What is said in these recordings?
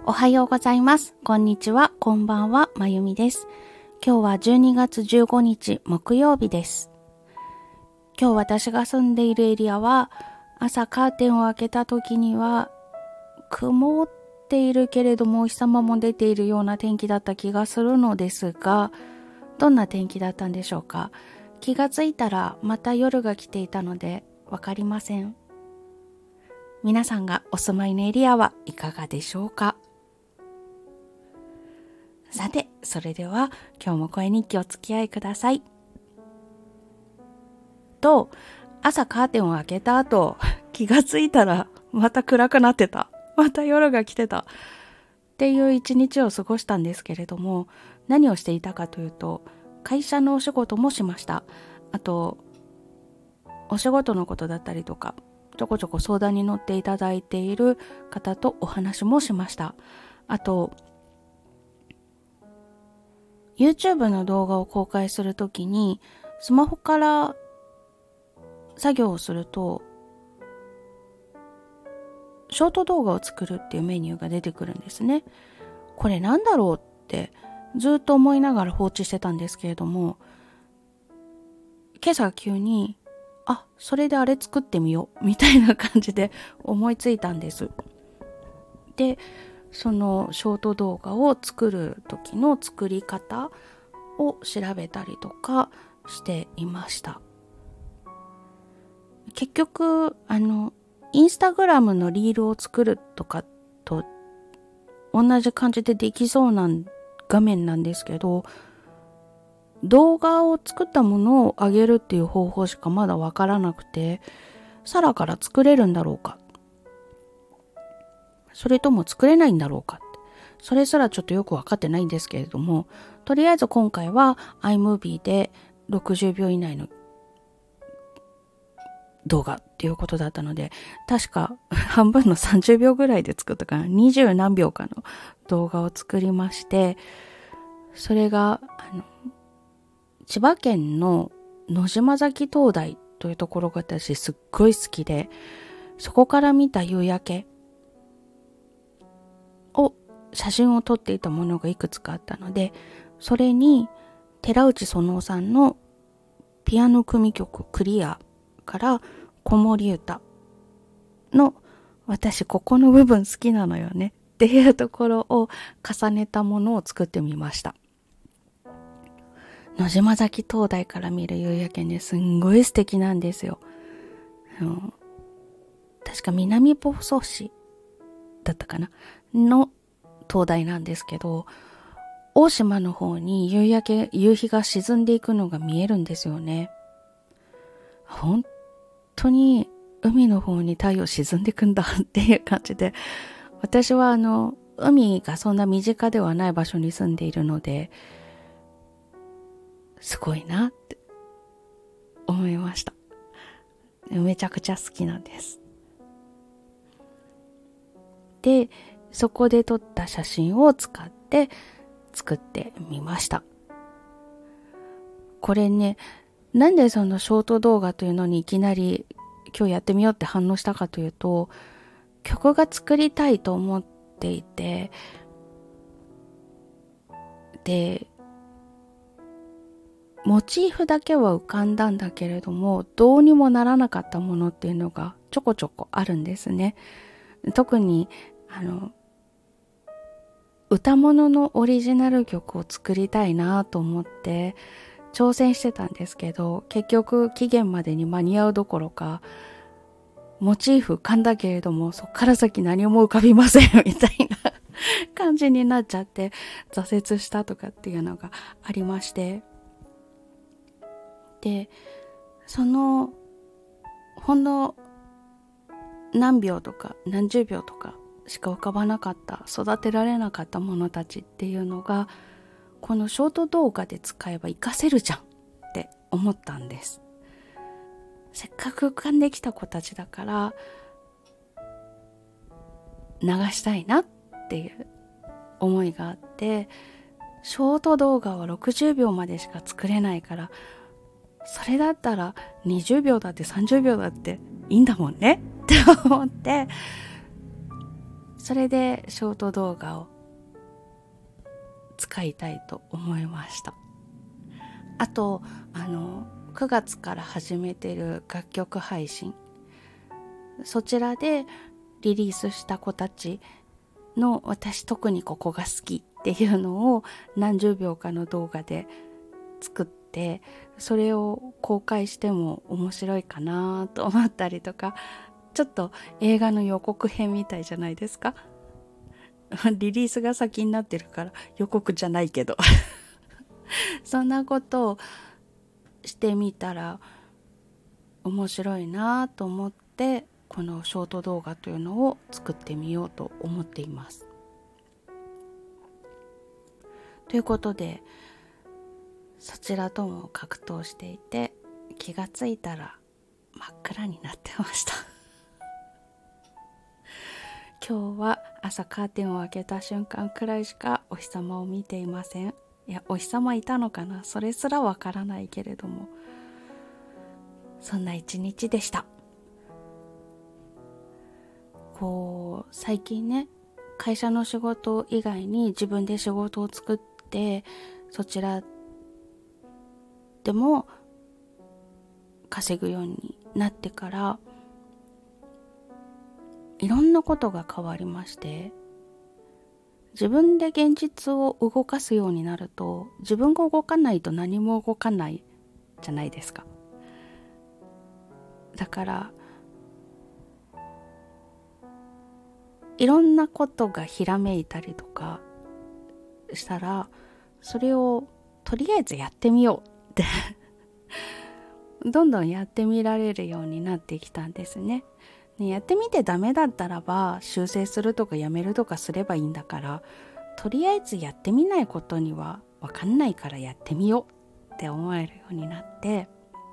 おはようございます。こんにちは、こんばんは、まゆみです。今日は12月15日木曜日です。今日私が住んでいるエリアは朝カーテンを開けた時には曇っているけれどもお日様も出ているような天気だった気がするのですが、どんな天気だったんでしょうか。気がついたらまた夜が来ていたのでわかりません。皆さんがお住まいのエリアはいかがでしょうか。さて、それでは今日も声日記お付き合いください。と、朝カーテンを開けた後、気がついたらまた暗くなってた。また夜が来てた。っていう一日を過ごしたんですけれども、何をしていたかというと、会社のお仕事もしました。あと、お仕事のことだったりとか、ちょこちょこ相談に乗っていただいている方とお話もしました。あと、YouTube の動画を公開するときに、スマホから作業をすると、ショート動画を作るっていうメニューが出てくるんですね。これなんだろうってずっと思いながら放置してたんですけれども、今朝急に、それであれ作ってみようみたいな感じで思いついたんです。で、そのショート動画を作る時の作り方を調べたりとかしていました。結局インスタグラムのリールを作るとかと同じ感じでできそうな画面なんですけど、動画を作ったものを上げるっていう方法しかまだわからなくて、さらから作れるんだろうか、それとも作れないんだろうか、それすらちょっとよくわかってないんですけれども、とりあえず今回は iMovie で60秒以内の動画っていうことだったので、確か半分の30秒ぐらいで作ったかな、20何秒かの動画を作りまして、それが千葉県の野島崎灯台というところが私すっごい好きで、そこから見た夕焼けを写真を撮っていたものがいくつかあったので、それに寺内園夫さんのピアノ組曲クリアから子守歌の私ここの部分好きなのよねっていうところを重ねたものを作ってみました。野島崎灯台から見る夕焼けね、すんごい素敵なんですよ。確か南房総市だったかなの灯台なんですけど、大島の方に夕日が沈んでいくのが見えるんですよね。本当に海の方に太陽沈んでいくんだっていう感じで、私は海がそんな身近ではない場所に住んでいるので、すごいなって思いました。めちゃくちゃ好きなんです。で、そこで撮った写真を使って作ってみました。これね、なんでそのショート動画というのにいきなり今日やってみようって反応したかというと、曲が作りたいと思っていて、で、モチーフだけは浮かんだんだけれども、どうにもならなかったものっていうのがちょこちょこあるんですね。特に歌物のオリジナル曲を作りたいなと思って挑戦してたんですけど、結局期限までに間に合うどころか、モチーフ浮かんだけれどもそっから先何も浮かびませんみたいな感じになっちゃって挫折したとかっていうのがありまして、で、そのほんの何秒とか何十秒とかしか浮かばなかった、育てられなかったものたちっていうのが、このショート動画で使えば活かせるじゃんって思ったんです。せっかく浮かんできた子たちだから流したいなっていう思いがあって、ショート動画は60秒までしか作れないから、それだったら20秒だって30秒だっていいんだもんねって思って、 それでショート動画を使いたいと思いました。あと9月から始めてる楽曲配信、そちらでリリースした子たちの私特にここが好きっていうのを何十秒かの動画で作って、それを公開しても面白いかなと思ったりとか、ちょっと映画の予告編みたいじゃないですか。リリースが先になってるから予告じゃないけどそんなことをしてみたら面白いなと思って、このショート動画というのを作ってみようと思っています。ということで、そちらとも格闘していて、気がついたら真っ暗になってました今日は朝カーテンを開けた瞬間くらいしかお日様を見ていません。いや、お日様いたのかな、それすらわからないけれども、そんな一日でした。最近ね、会社の仕事以外に自分で仕事を作って、そちらでも稼ぐようになってから、いろんなことが変わりまして、自分で現実を動かすようになると、自分が動かないと何も動かないじゃないですか。だからいろんなことがひらめいたりとかしたら、それをとりあえずやってみようってどんどんやってみられるようになってきたんですね。やってみてダメだったらば修正するとかやめるとかすればいいんだから、とりあえずやってみないことには分かんないからやってみようって思えるようになって、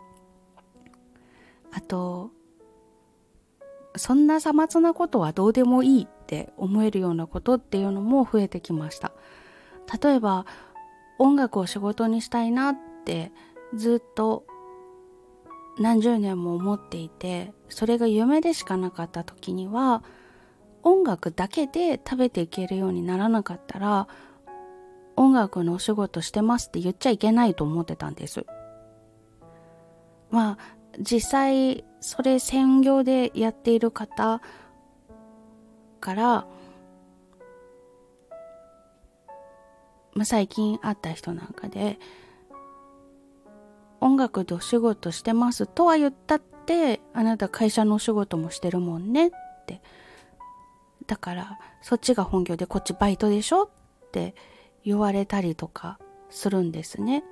あとそんなさまつなことはどうでもいいって思えるようなことっていうのも増えてきました。例えば音楽を仕事にしたいなってずっと何十年も思っていて、それが夢でしかなかった時には、音楽だけで食べていけるようにならなかったら、音楽のお仕事してますって言っちゃいけないと思ってたんです。まあ実際それ専業でやっている方から最近会った人なんかで、音楽でお仕事してますとは言ったって、あなた会社のお仕事もしてるもんねって、だからそっちが本業でこっちバイトでしょって言われたりとかするんですね。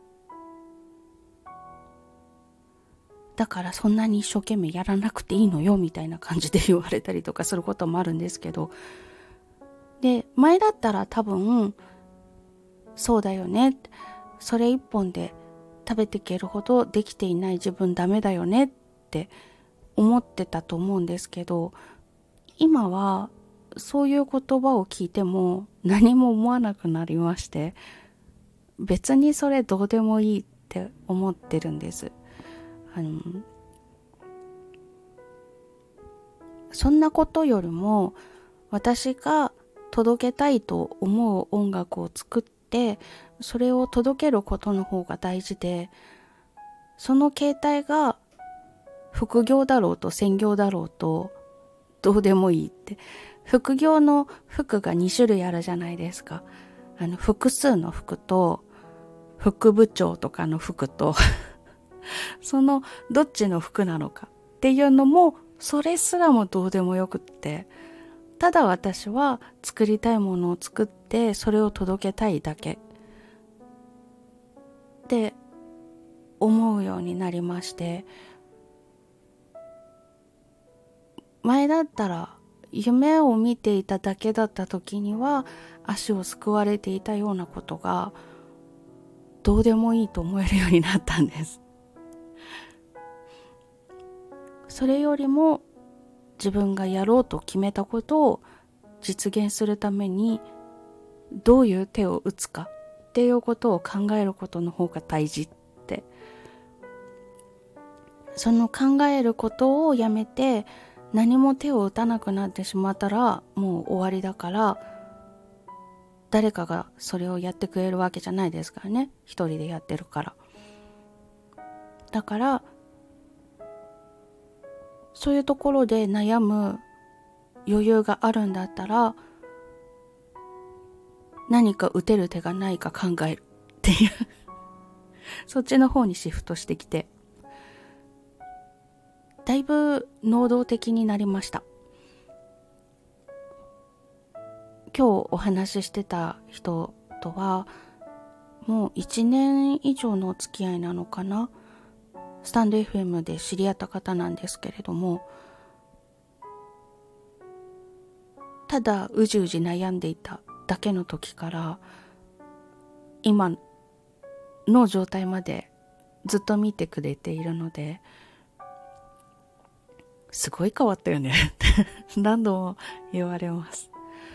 だからそんなに一生懸命やらなくていいのよみたいな感じで言われたりとかすることもあるんですけど、で前だったら多分そうだよね、それ一本で食べていけるほどできていない自分ダメだよねって思ってたと思うんですけど、今はそういう言葉を聞いても何も思わなくなりまして、別にそれどうでもいいって思ってるんです。そんなことよりも、私が届けたいと思う音楽を作ってそれを届けることの方が大事で、その形態が副業だろうと専業だろうとどうでもいいって。副業の服が2種類あるじゃないですか。複数の服と副部長とかの服とそのどっちの服なのかっていうのも、それすらもどうでもよくって、ただ私は作りたいものを作ってそれを届けたいだけって思うようになりまして、前だったら夢を見ていただけだった時には足をすくわれていたようなことがどうでもいいと思えるようになったんです。それよりも自分がやろうと決めたことを実現するためにどういう手を打つかっていうことを考えることの方が大事って、その考えることをやめて何も手を打たなくなってしまったらもう終わりだから、誰かがそれをやってくれるわけじゃないですからね。一人でやってるから。だからそういうところで悩む余裕があるんだったら、何か打てる手がないか考えるっていうそっちの方にシフトしてきて、だいぶ能動的になりました。今日お話ししてた人とはもう1年以上のお付き合いなのかな。スタンド FM で知り合った方なんですけれども、ただうじうじ悩んでいただけの時から今の状態までずっと見てくれているので、すごい変わったよねって何度も言われます。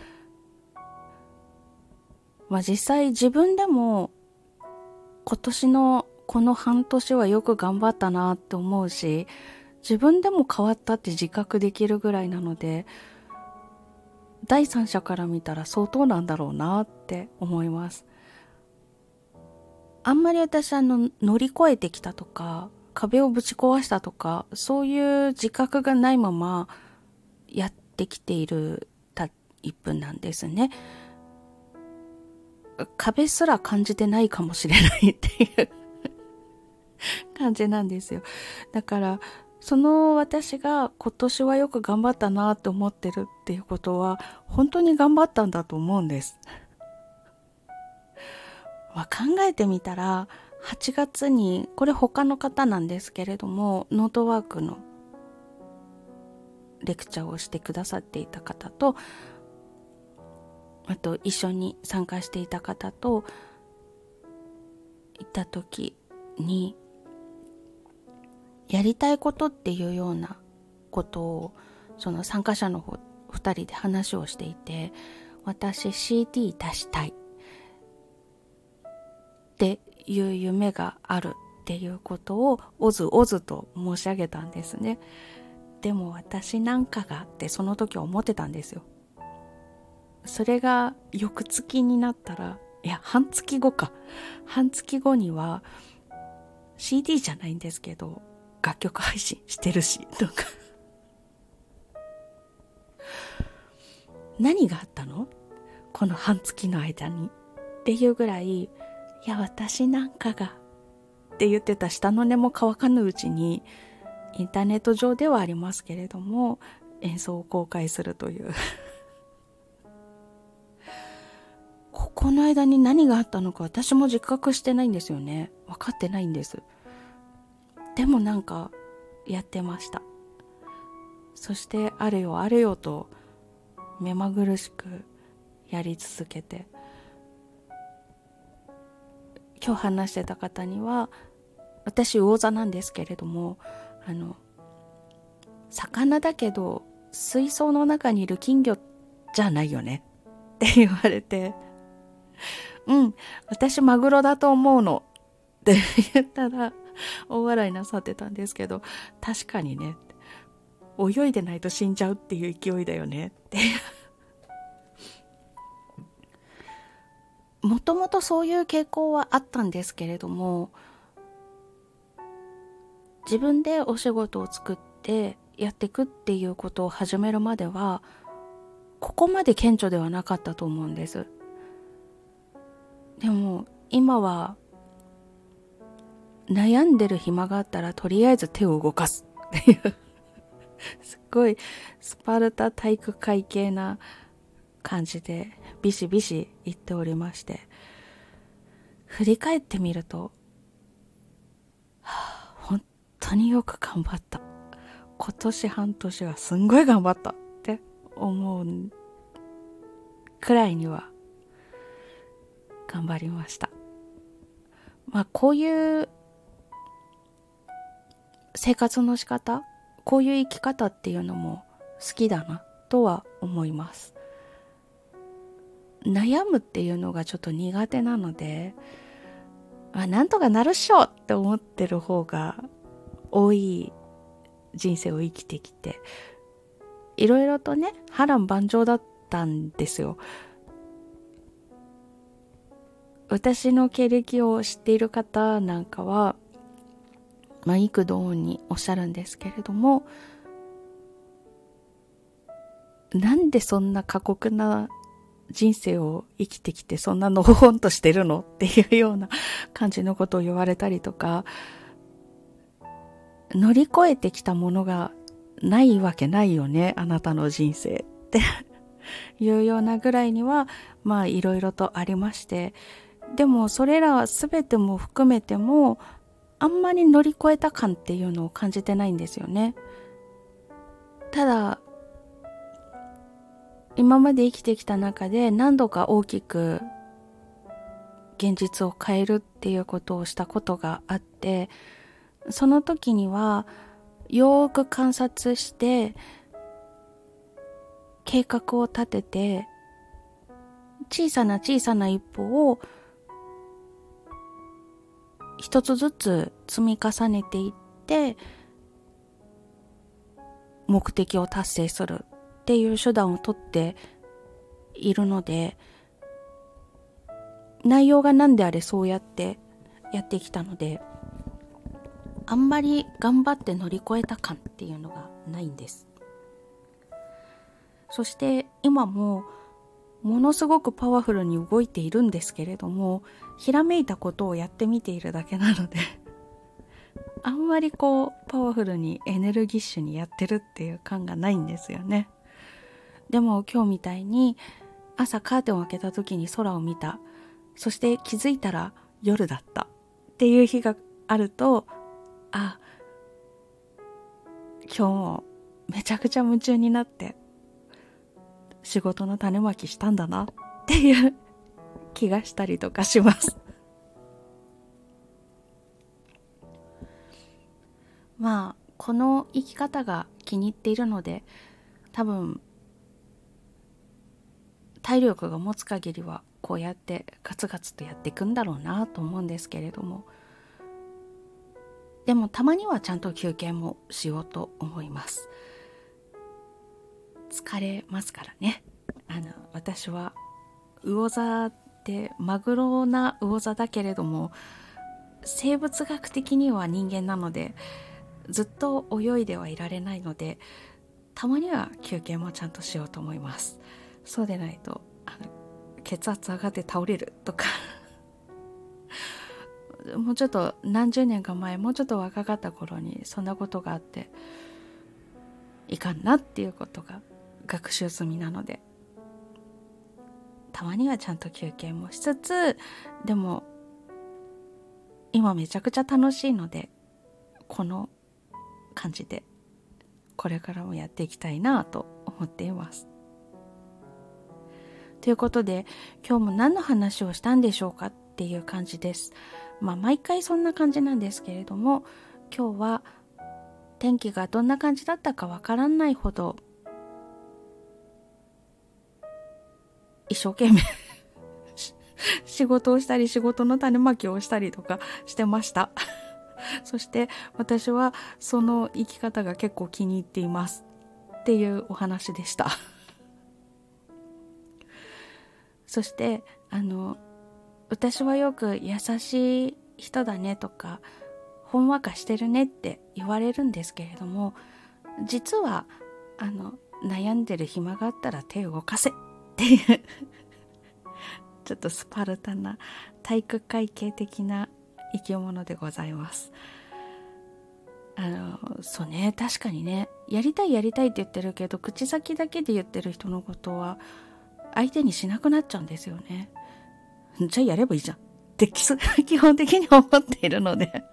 実際自分でも今年のこの半年はよく頑張ったなって思うし、自分でも変わったって自覚できるぐらいなので、第三者から見たら相当なんだろうなって思います。あんまり私乗り越えてきたとか壁をぶち壊したとかそういう自覚がないままやってきているタイプなんですね。壁すら感じてないかもしれないっていう感じなんですよ。だからその私が今年はよく頑張ったなって思ってるっていうことは本当に頑張ったんだと思うんです。考えてみたら8月にこれ他の方なんですけれども、ノートワークのレクチャーをしてくださっていた方と、あと一緒に参加していた方といた時に、やりたいことっていうようなことをその参加者の方2人で話をしていて、私 CD 出したいっていう夢があるっていうことをおずおずと申し上げたんですね。でも私なんかがってその時は思ってたんですよ。それが翌月になったら、いや半月後には CD じゃないんですけど楽曲配信してるしとか何があったのこの半月の間にっていうぐらい、いや私なんかがって言ってた下の根も乾かぬうちにインターネット上ではありますけれども演奏を公開するというこの間に何があったのか私も自覚してないんですよね。分かってないんです。でもなんかやってました。そしてあれよあれよと目まぐるしくやり続けて、今日話してた方には、私魚座なんですけれども、魚だけど水槽の中にいる金魚じゃないよねって言われて、私マグロだと思うのって言ったら大笑いなさってたんですけど、確かにね、泳いでないと死んじゃうっていう勢いだよねってもともとそういう傾向はあったんですけれども、自分でお仕事を作ってやっていくっていうことを始めるまではここまで顕著ではなかったと思うんです。でも今は悩んでる暇があったらとりあえず手を動かすっていうすっごいスパルタ体育会系な感じでビシビシ言っておりまして、振り返ってみると、本当によく頑張った、今年半年はすんごい頑張ったって思うくらいには頑張りました。こういう生活の仕方、こういう生き方っていうのも好きだなとは思います。悩むっていうのがちょっと苦手なので、なんとかなるっしょって思ってる方が多い人生を生きてきて、 いろいろとね、波乱万丈だったんですよ。私の経歴を知っている方なんかは、幾度におっしゃるんですけれども、なんでそんな過酷な人生を生きてきてそんなのほほんとしてるのっていうような感じのことを言われたりとか、乗り越えてきたものがないわけないよね、あなたの人生っていうようなぐらいには、いろいろとありまして、でもそれら全ても含めても、あんまり乗り越えた感っていうのを感じてないんですよね。ただ、今まで生きてきた中で何度か大きく現実を変えるっていうことをしたことがあって、その時にはよーく観察して計画を立てて、小さな小さな一歩を一つずつ積み重ねていって目的を達成するっていう手段をとっているので、内容が何であれそうやってやってきたので、あんまり頑張って乗り越えた感っていうのがないんです。そして今もものすごくパワフルに動いているんですけれども、ひらめいたことをやってみているだけなのであんまりパワフルにエネルギッシュにやってるっていう感がないんですよね。でも今日みたいに朝カーテンを開けた時に空を見た、そして気づいたら夜だったっていう日があると、今日もめちゃくちゃ夢中になって仕事の種まきしたんだなっていう気がしたりとかしますこの生き方が気に入っているので、多分体力が持つ限りはこうやってガツガツとやっていくんだろうなと思うんですけれども、でもたまにはちゃんと休憩もしようと思います。疲れますからね。私は魚座ってマグロな魚座だけれども、生物学的には人間なのでずっと泳いではいられないので、たまには休憩もちゃんとしようと思います。そうでないと血圧上がって倒れるとかもうちょっと何十年か前、もうちょっと若かった頃にそんなことがあっていかんなっていうことが学習済みなので、たまにはちゃんと休憩もしつつ、でも今めちゃくちゃ楽しいので、この感じでこれからもやっていきたいなと思っています。ということで、今日も何の話をしたんでしょうかっていう感じです。毎回そんな感じなんですけれども、今日は天気がどんな感じだったかわからないほど一生懸命仕事をしたり、仕事の種まきをしたりとかしてましたそして私はその生き方が結構気に入っていますっていうお話でしたそして私はよく優しい人だねとかほんわかしてるねって言われるんですけれども、実は悩んでる暇があったら手を動かせっていうちょっとスパルタな体育会系的な生き物でございます。そうね、確かにね、やりたいやりたいって言ってるけど口先だけで言ってる人のことは相手にしなくなっちゃうんですよね。じゃあやればいいじゃんって基本的に思っているので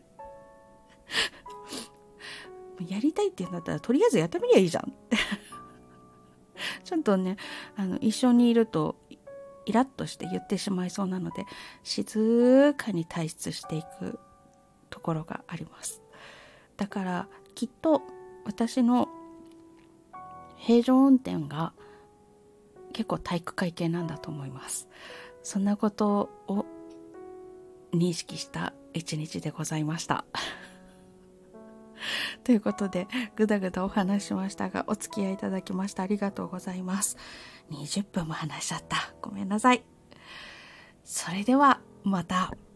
やりたいって言うんだったらとりあえずやってみりゃいいじゃんってちょっとね、一緒にいるとイラッとして言ってしまいそうなので、静かに退出していくところがあります。だからきっと私の平常運転が結構体育会系なんだと思います。そんなことを認識した一日でございましたということで、ぐだぐだお話しましたが、お付き合いいただきましてありがとうございます。20分も話しちゃった。ごめんなさい。それでは、また。